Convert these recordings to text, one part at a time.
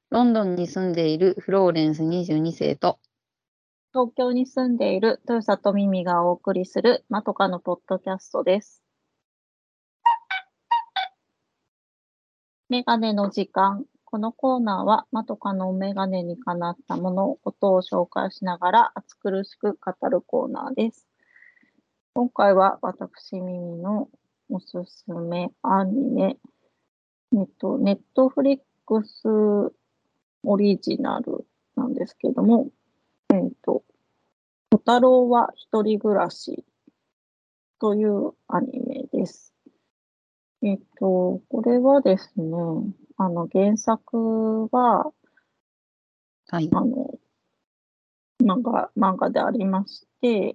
ロンドンに住んでいるフローレンス22世と、 東京に住んでいる豊里ミミがお送りするまとかのポッドキャストです。メガネの時間。このコーナーはまとかのメガネにかなったもの、ことを紹介しながら暑苦しく語るコーナーです。今回は私ミミのおすすめアニメ、ネットフリックスオリジナルなんですけども、小太郎は一人暮らしというアニメです。これはですね、原作は、 はい。 あの、漫画でありまして、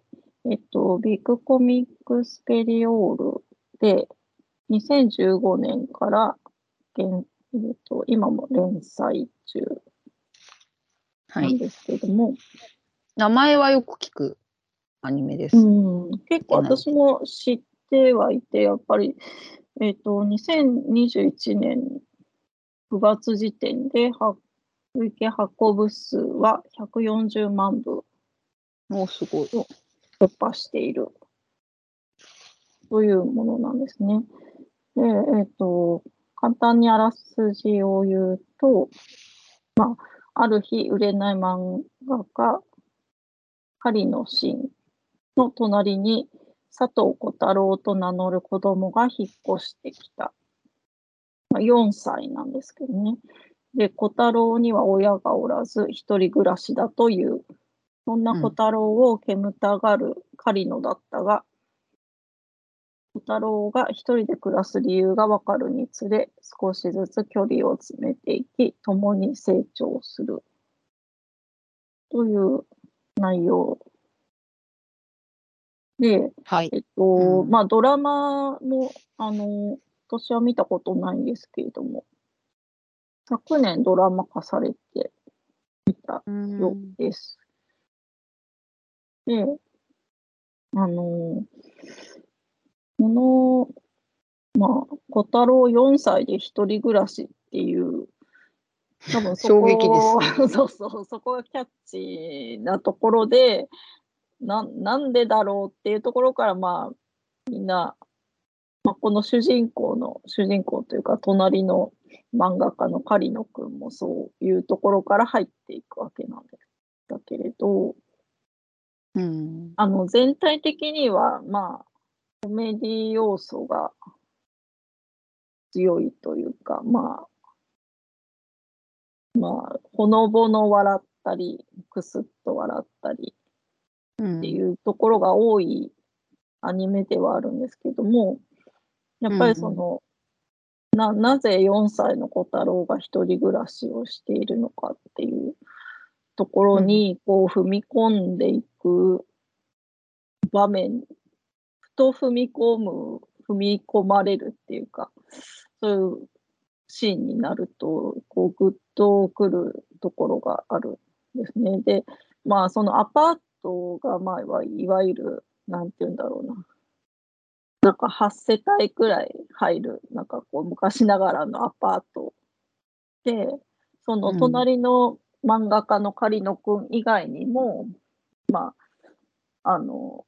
ビッグコミックスペリオールで、2015年から今も連載中はい。 なんですけども、 名前はよく聞くアニメです。 結構見てないけど。 私も知ってはいて、やっぱり、2021年9月時点で累計発行部数は140万部お、すごい。 を突破しているというものなんですね。で、簡単にあらすじを言うと、ある日、売れない漫画家、狩野進の隣に佐藤小太郎と名乗る子供が引っ越してきた。4歳なんですけどね。で、小太郎には親がおらず、一人暮らしだという、そんな小うん。 太郎を煙たがる狩野だったが、小太郎が一人で暮らす理由がわかるにつれ、少しずつ距離を詰めていき、共に成長するという内容で、 はい。うん。 ドラマも、私は見たことないんですけれども、昨年ドラマ化されてたうよん。 うです。で、あの、この、小太郎4歳で一人暮らしっていう、多分そ衝撃でこ、 すね。 そうそう、そこがキャッチーなところで、なんでだろうっていうところから、みんな、この主人公というか、隣の漫画家の狩野くんもそういうところから入っていくわけなんです。だけれど、 うん。 全体的には、コメディ要素が強いというか、ほのぼの笑ったり、くすっと笑ったりっていうん。 うところが多いアニメではあるんですけども、やっぱりうん。 なぜ4歳の小太郎が一人暮らしをしているのかっていうところうん。 に、こう踏み込んでいく場面、ふと踏み込まれるっていうか、そういうシーンになると、こうグッとくるところがあるんですね。で、そのアパートが、いわゆる、なんて言うんだろうな、なんか8世帯くらい入る、なんかこう昔ながらのアパートで、そのうん。 隣の漫画家の狩野くん以外にも、まあの、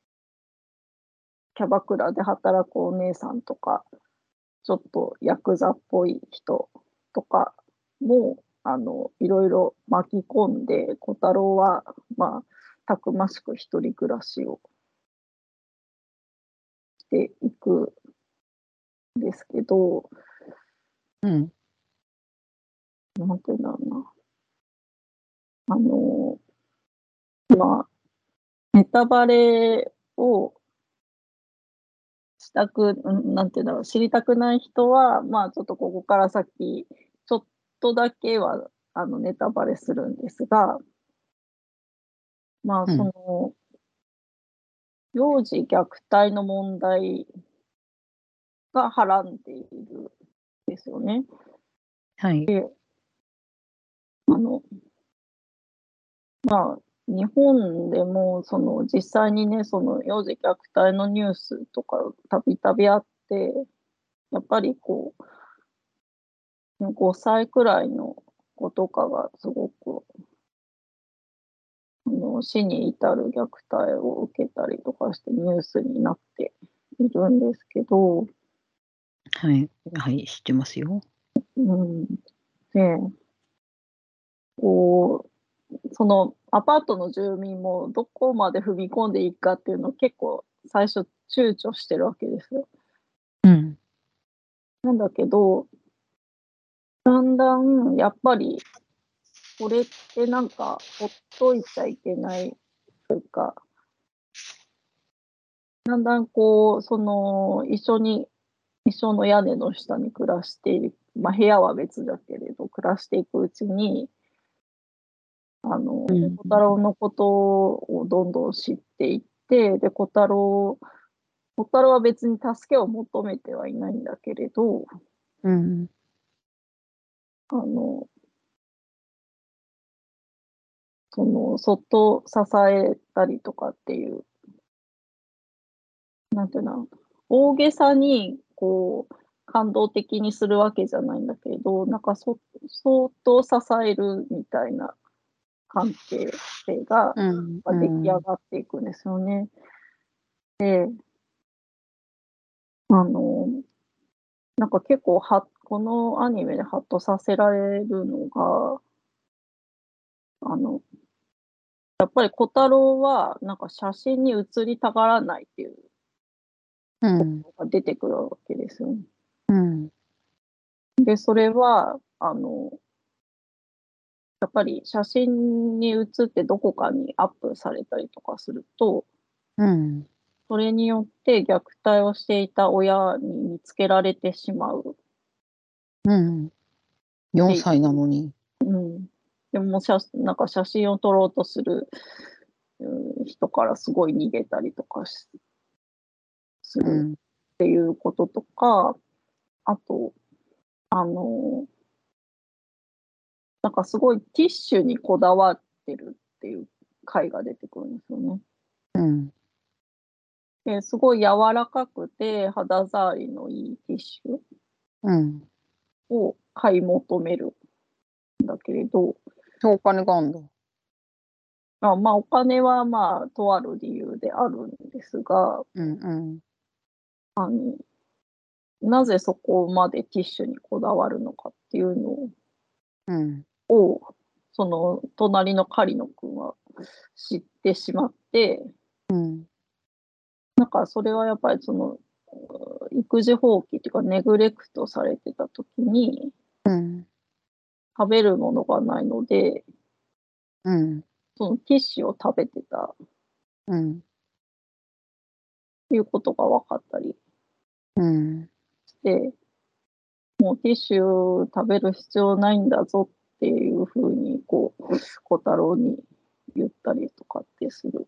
キャバクラで働くお姉さんとか、ちょっとヤクザっぽい人とかも、いろいろ巻き込んで、小太郎は、たくましく一人暮らしをしていくんですけど、 うん。 なんていうんだろうな。あの、まあ、ネタバレをなんていうんだろう、知りたくない人は、ちょっとここから先、ちょっとだけは、ネタバレするんですが、 うん。 幼児虐待の問題がはらんでいるんですよね。 はい。 あの、日本でも、実際にね、その幼児虐待のニュースとかたびたびあって、やっぱりこう、5歳くらいの子とかがすごく、死に至る虐待を受けたりとかしてニュースになっているんですけど、 はい。はい、知ってますよ。 うん、で、こそのアパートの住民もどこまで踏み込んでいいかっていうのを結構最初躊躇してるわけですよ。 うん。 なんだけど、だんだんやっぱりこれってなんかほっといちゃいけないというか、だんだん一緒の屋根の下に暮らしている、まあ、部屋は別だけれど、暮らしていくうちに、 うん。 小太郎のことをどんどん知っていって、で、小太郎は別に助けを求めてはいないんだけれど、 うん。 あの、そっと支えたりとかっていう、なんていうの、大げさに、感動的にするわけじゃないんだけれど、なんか相当支えるみたいな関係性がうん。 出来上うん。 がっていくんですよね。で、あの、なんか結構このアニメでハッとさせられるのが、あの、やっぱり小太郎は、なんか写真に写りたがらないっていううん。 のが出てくるわけですよね。 うん。 で、それは、やっぱり写真に写ってどこかにアップされたりとかすると、 うん。 それによって虐待をしていた親に見つけられてしまうっうん。4 ていう。 歳なのに。 うん。でも、なんか写真を撮ろうとする、人からすごい逃げたりとかするうん。 っていうこととか、あと、あの、なんかすごいティッシュにこだわってるっていう回が出てくるんですよね。 うん。 で、すごい柔らかくて肌触りのいいティッシュうん。 を買い求めるんだけれど、 お金があんだ。 まあ、お金はまあ、とある理由であるんですが、 うんうん。 なぜそこまでティッシュにこだわるのかっていうのうん。 を、その隣の狩野くんは知ってしまって、 うん。 なんかそれはやっぱり育児放棄っていうかネグレクトされてた時に、 うん。 食べるものがないので、 うん。 そのティッシュを食べてたっうん。 ていうことが分かったりうん。 して、もうティッシュ食べる必要ないんだぞっていう風に、小太郎に言ったりとかってする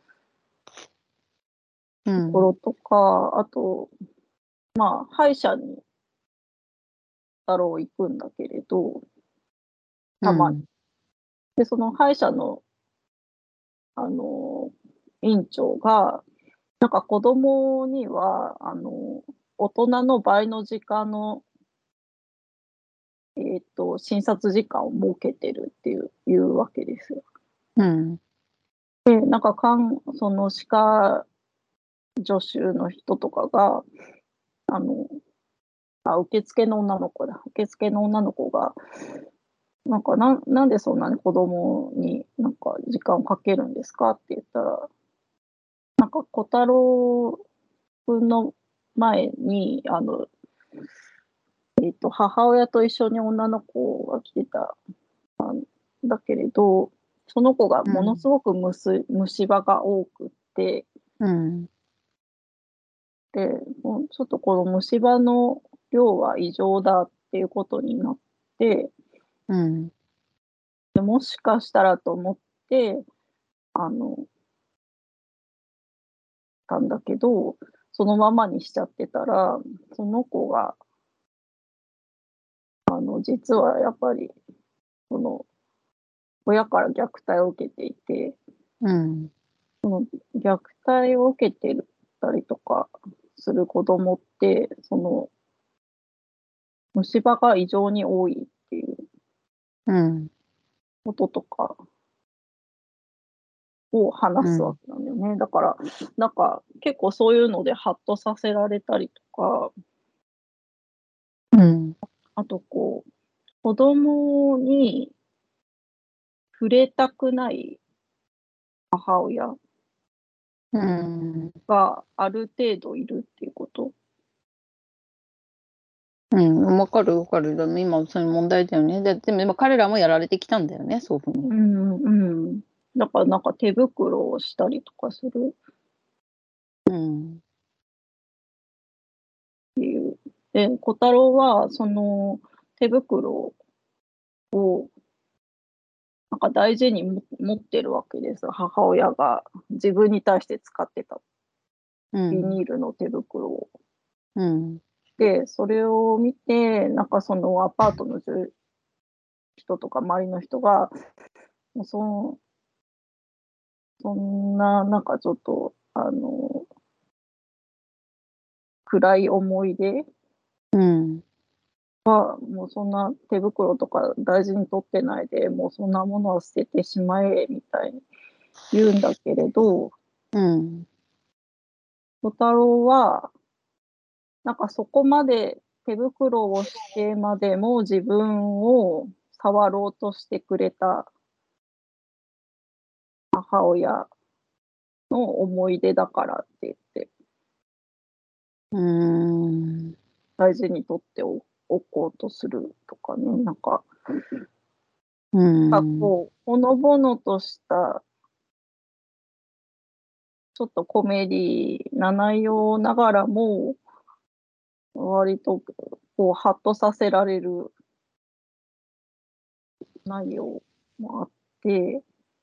とこうん。 ろとか、あと、まあ、歯医者に太郎行くんだけれど、たまに。 うん。 で、その歯医者の、あの、院長が、なんか子供には、大人の倍の時間の、診察時間を設けてるっていうわけですよ。 うん。 で、なんかその歯科助手の人とかが、あの、受付の女の子だ。受付の女の子が、なんでそんなに子供になんか時間をかけるんですかって言ったら、なんか小太郎くんの前に、母親と一緒に女の子が来てたんだけれど、その子がものうん。 すごく虫歯が多くって、 うん。 で、もうちょっとこの虫歯の量は異常だっていうことになって、 うん。 でもしかしたらと思って、あの、たんだけど、そのままにしちゃってたら、その子が、実はやっぱり、その、親から虐待を受けていて、 うん。 虐待を受けてたりとかする子供って、虫歯が異常に多いっていう。 うん。 こととかを話すわけなんだよね。だから、なんか結構そういうのでハッとさせられたりとか、 うん。 あと子供に触れたくない母親うん。 がある程度いるっていうこと。 うん。わかるわかる。でも今、そういう問題だよね。でも今彼らもやられてきたんだよね、そういうふうに。 うんうん。だからなんか手袋をしたりとかするうん。 っていう。で、小太郎はその手袋をなんか大事に持ってるわけです。母親が自分に対して使ってたビうん。 ニールの手袋を。 うん。 で、それを見て、なんかそのアパートの人とか周りの人が、もうそんな、なんかちょっと、暗い思い出うん。 もうそんな手袋とか大事に取ってないで、もうそんなものは捨ててしまえ、みたいに言うんだけれど、 うん。 小太郎は、なんかそこまで手袋をしてまでも自分を触ろうとしてくれた母親の思い出だからって言って、 うん。 大事に取っておこうとするとかね、なんか、 うん。 ほのぼのとしたちょっとコメディな内容ながらも、割とハッとさせられる内容もあって、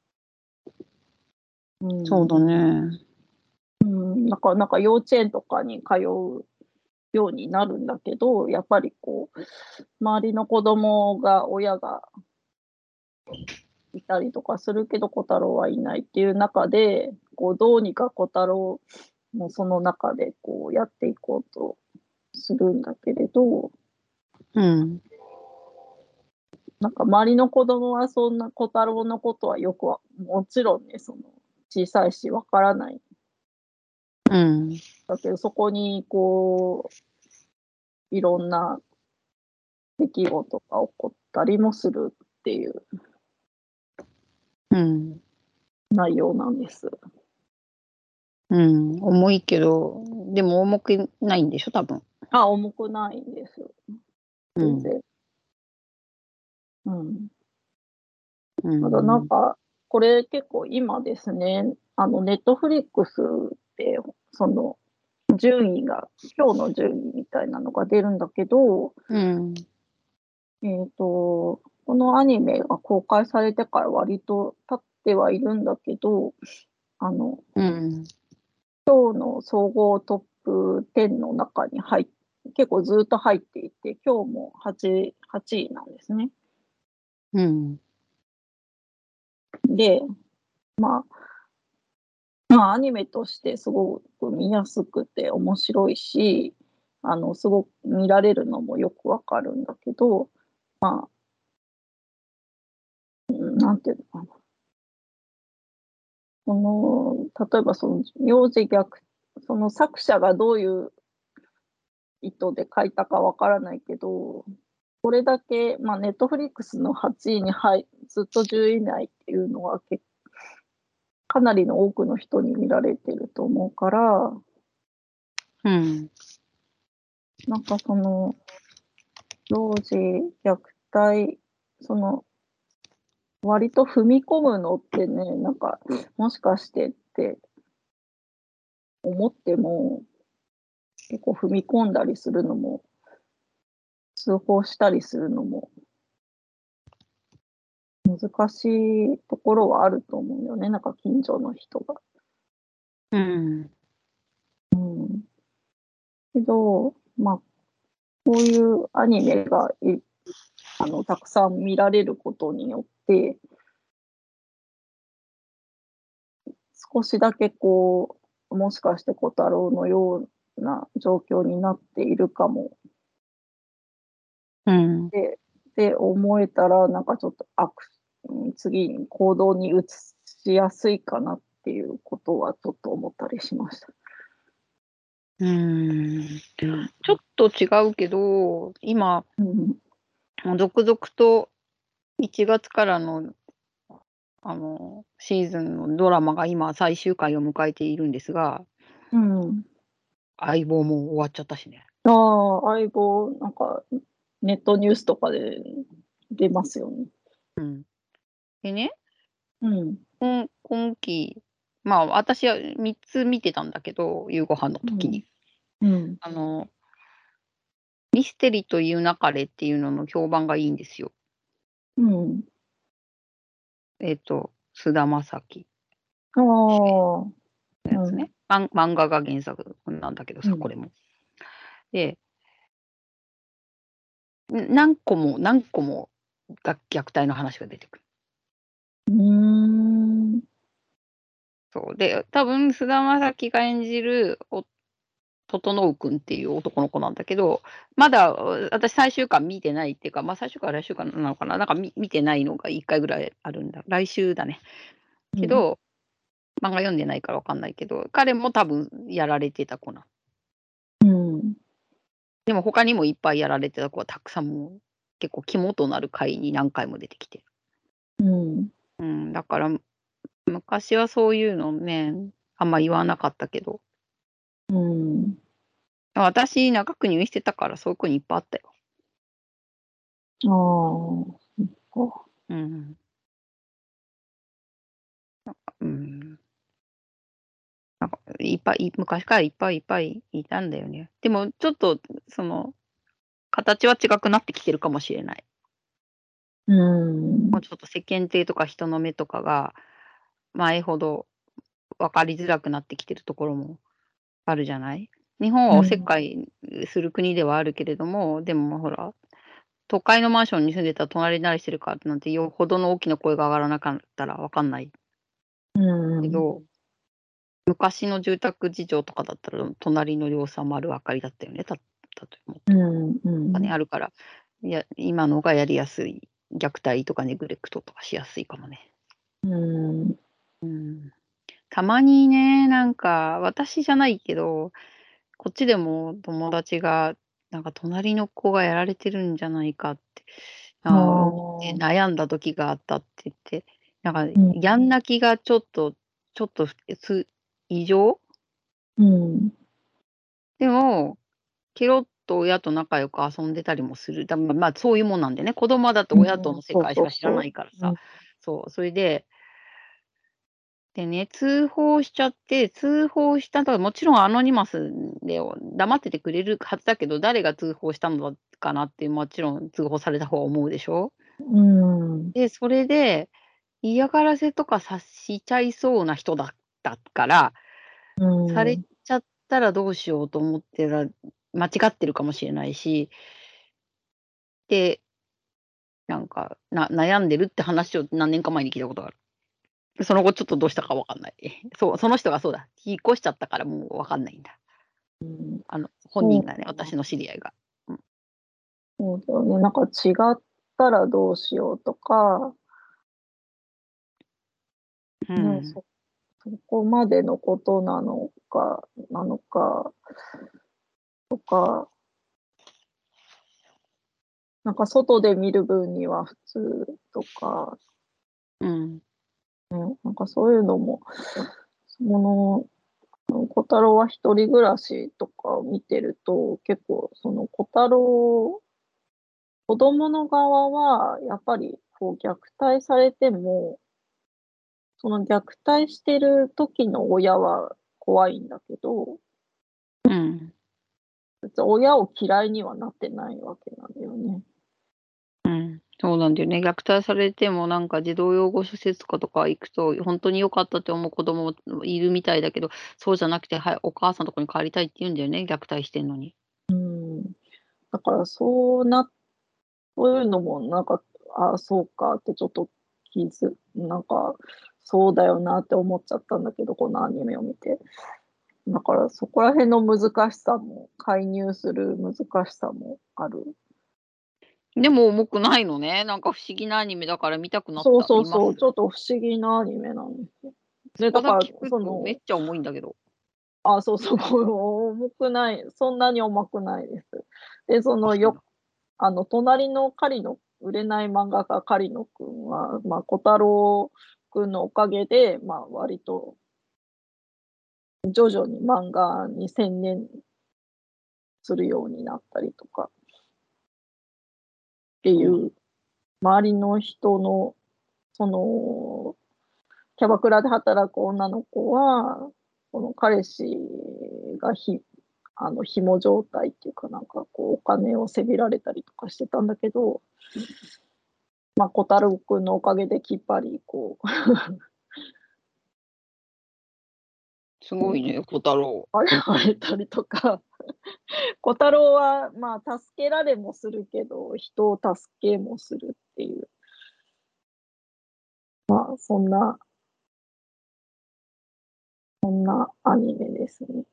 うん、 そうだね。 なんか幼稚園とかに通うようになるんだけど、やっぱり周りの子供が親がいたりとかするけど、小太郎はいないっていう中で、どうにか小太郎もその中でやっていこうとするんだけれど、 うん。 なんか周りの子供はそんな小太郎のことはもちろんね、その小さいしわからないんうん。 だけど、そこにいろんな出来事が起こったりもするっていううん。 内容なんです。 うん。重いけど、でも重くないんでしょ、多分。 重くないんですよ。 うん。 全然。うん。 うただなんん。 か、これ結構今ですね、ネットフリックスで、その、今日の順位みたいなのが出るんだけど、 うん。 このアニメが公開されてから割と経ってはいるんだけど、あの、 うん。 今日の総合トップ10の中に結構ずっと入っていて、今日も8位なんですね。 うん。 で、まあ、アニメとしてすごく見やすくて面白いし、すごく見られるのもよくわかるんだけど、なんていうのかな。例えばその作者がどういう意図で書いたかわからないけど、これだけ、ネットフリックスの8位にずっと10位以内っていうのはかなりの多くの人に見られてると思うから、 うん。 なんか幼児虐待、その、割と踏み込むのってね、なんか、もしかしてって思っても、結構踏み込んだりするのも、通報したりするのも難しいところはあると思うよね、なんか近所の人が。 うん。 うん。けど、こういうアニメがたくさん見られることによって、少しだけもしかして小太郎のような状況になっているかもうん。 で、 って思えたら、なんかちょっと次に行動に移しやすいかなっていうことはちょっと思ったりしました。 うーん。 うん。 ちょっと違うけど、今、 うん。 続々と1月からの、シーズンのドラマが今最終回を迎えているんですが、 うん。 相棒も終わっちゃったしね。 ああ、相棒、なんか、ネットニュースとかで出ますよね。 うん。でね、 うん。 今期、まあ、私は3つ見てたんだけど、夕ご飯のうん。 時に。 うん。 あの、ミステリという勿れっていうのの評判がいいんですよ。 うん。 菅田将暉ああ、 のやうん。 つね。漫画が原作なんだけどさ、 うん。 これも。で、何個も何個も虐待の話が出てくる。 うーん。 そう。で、多分菅田将暉が演じる整君っていう男の子なんだけど、まだ私最終巻見てないっていうか、ま、最終巻、来週巻なのかな、なんか見てないのが1回ぐらいあるんだ。来週だね。 うん。 けど、漫画読んでないからわかんないけど、彼も多分やられてた子な。 うん。 でも他にもいっぱいやられてた子はたくさんもう、結構肝となる回に何回も出てきて。 うん。 うん、だから昔はそういうのね、あんま言わなかったけど、 うん。 私長く入院してたからそういう子にいっぱいあったよ。 ああ、そっか。 うん。うん。なんか昔からいっぱいいたんだよね。でもちょっとその、形は違くなってきてるかもしれない。 うん。 もうちょっと世間体とか人の目とかが、前ほど分かりづらくなってきてるところもあるじゃない。日本はおせっうん。 かいする国ではあるけれども、でもほら、都会のマンションに住んでたら隣慣りしてるからなんてよほどの大きな声が上がらなかったらわかんないうん。 けど、昔の住宅事情とかだったら、隣の様子は丸分かりだったよね、と思うと。 うん。うお金ん。 あるから、今のがやりやすい、虐待とかネグレクトとかしやすいかもね。 うん。 うん。たまにね、なんか私じゃないけど、こっちでも友達が、なんか隣の子がやられてるんじゃないかって、 あ思ってあ。 悩んだ時があったって言って、なんかうん。 ギャン泣きがちょっと異常うん。 でも、ケロッと親と仲良く遊んでたりもする。まあ、そういうもんなんでね。子供だとうん。 親との世そう界しか知らなそうそいからう。うさ。 ん。 そう、それでね、通報しちゃって、通報したともちろんアノニマスで黙っててくれるはずだけど、誰が通報したのかなって、もちろん通報された方は思うでしょ。 うん。 で、それで、嫌がらせとかさしちゃいそうな人だったから、 うされん。 ちゃったらどうしようと思って間違ってるかもしれないし、で、なんか、悩んでるって話を何年か前に聞いたことがある。その後ちょっとどうしたかわかんない。そう、その人がそうだ、引っ越しちゃったからもうわかんないんだ。本人がね、 そう私の知り合いが。うん。 そうだよね。なんか違ったらどうしようとか、ね、 うん。 そこまでのことなのかとか、なんか外で見る分には普通とか、 うん。 ね、なんかそういうのも、その、コタローは一人暮らしとかを見てると、結構その子供の側はやっぱりこう虐待されても、その虐待してる時の親は怖いんだけど、 うん。 別に親を嫌いにはなってないわけなんだよね。 うん。そうなんだよね。虐待されてもなんか児童養護施設とか行くと、ほんとに良かったって思う子供もいるみたいだけど、そうじゃなくて、はい、お母さんとこに帰りたいって言うんだよね、虐待してんのに。 うん。だからそういうのもなんか、ああ、そうかってちょっとなんか、そうだよなって思っちゃったんだけど、このアニメを見て。だからそこら辺の難しさも、介入する難しさもある。 でも重くないのね。なんか不思議なアニメだから見たくなっそうた。見ます。 そうそう、ちょっと不思議なアニメなんですよ。で、だから、 スパダ聞くとめっちゃ重いんだけど。 そうそう、重くない、そんなに重くないです。で、 あ、そうだ。 隣の狩野売れない漫画家狩野くんは、小太郎くんのおかげで、割と徐々に漫画に専念するようになったりとかっていそうなん。 う、周りの人の、その、キャバクラで働く女の子は、その彼氏が紐状態っていうか、なんかこう、お金をせびられたりとかしてたんだけど、小太郎くんのおかげできっぱりこう、 すごいね、小太郎。 晴れたりとか、小太郎は、助けられもするけど、人を助けもするっていう、そんなアニメですね。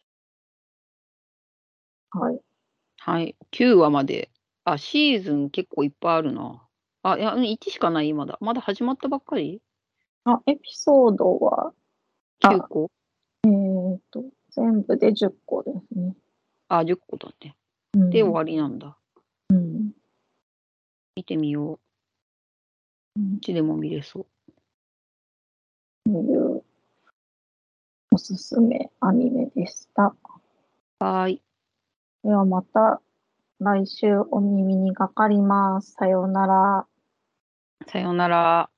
はい。 はい。9話まで。あ、シーズン結構いっぱいあるな。あ、いや、1しかない、まだ。まだ始まったばっかり？ エピソードは、 9 あ、 個？ 全部で10個ですね。 あ、10個だね。で、終うん。 わりなんだ。 うん。 見てみよう。 うん。 いつでも見れそう。 というおすすめアニメでした。 はーい。 ではまた来週お耳にかかります。さようなら。 さようなら。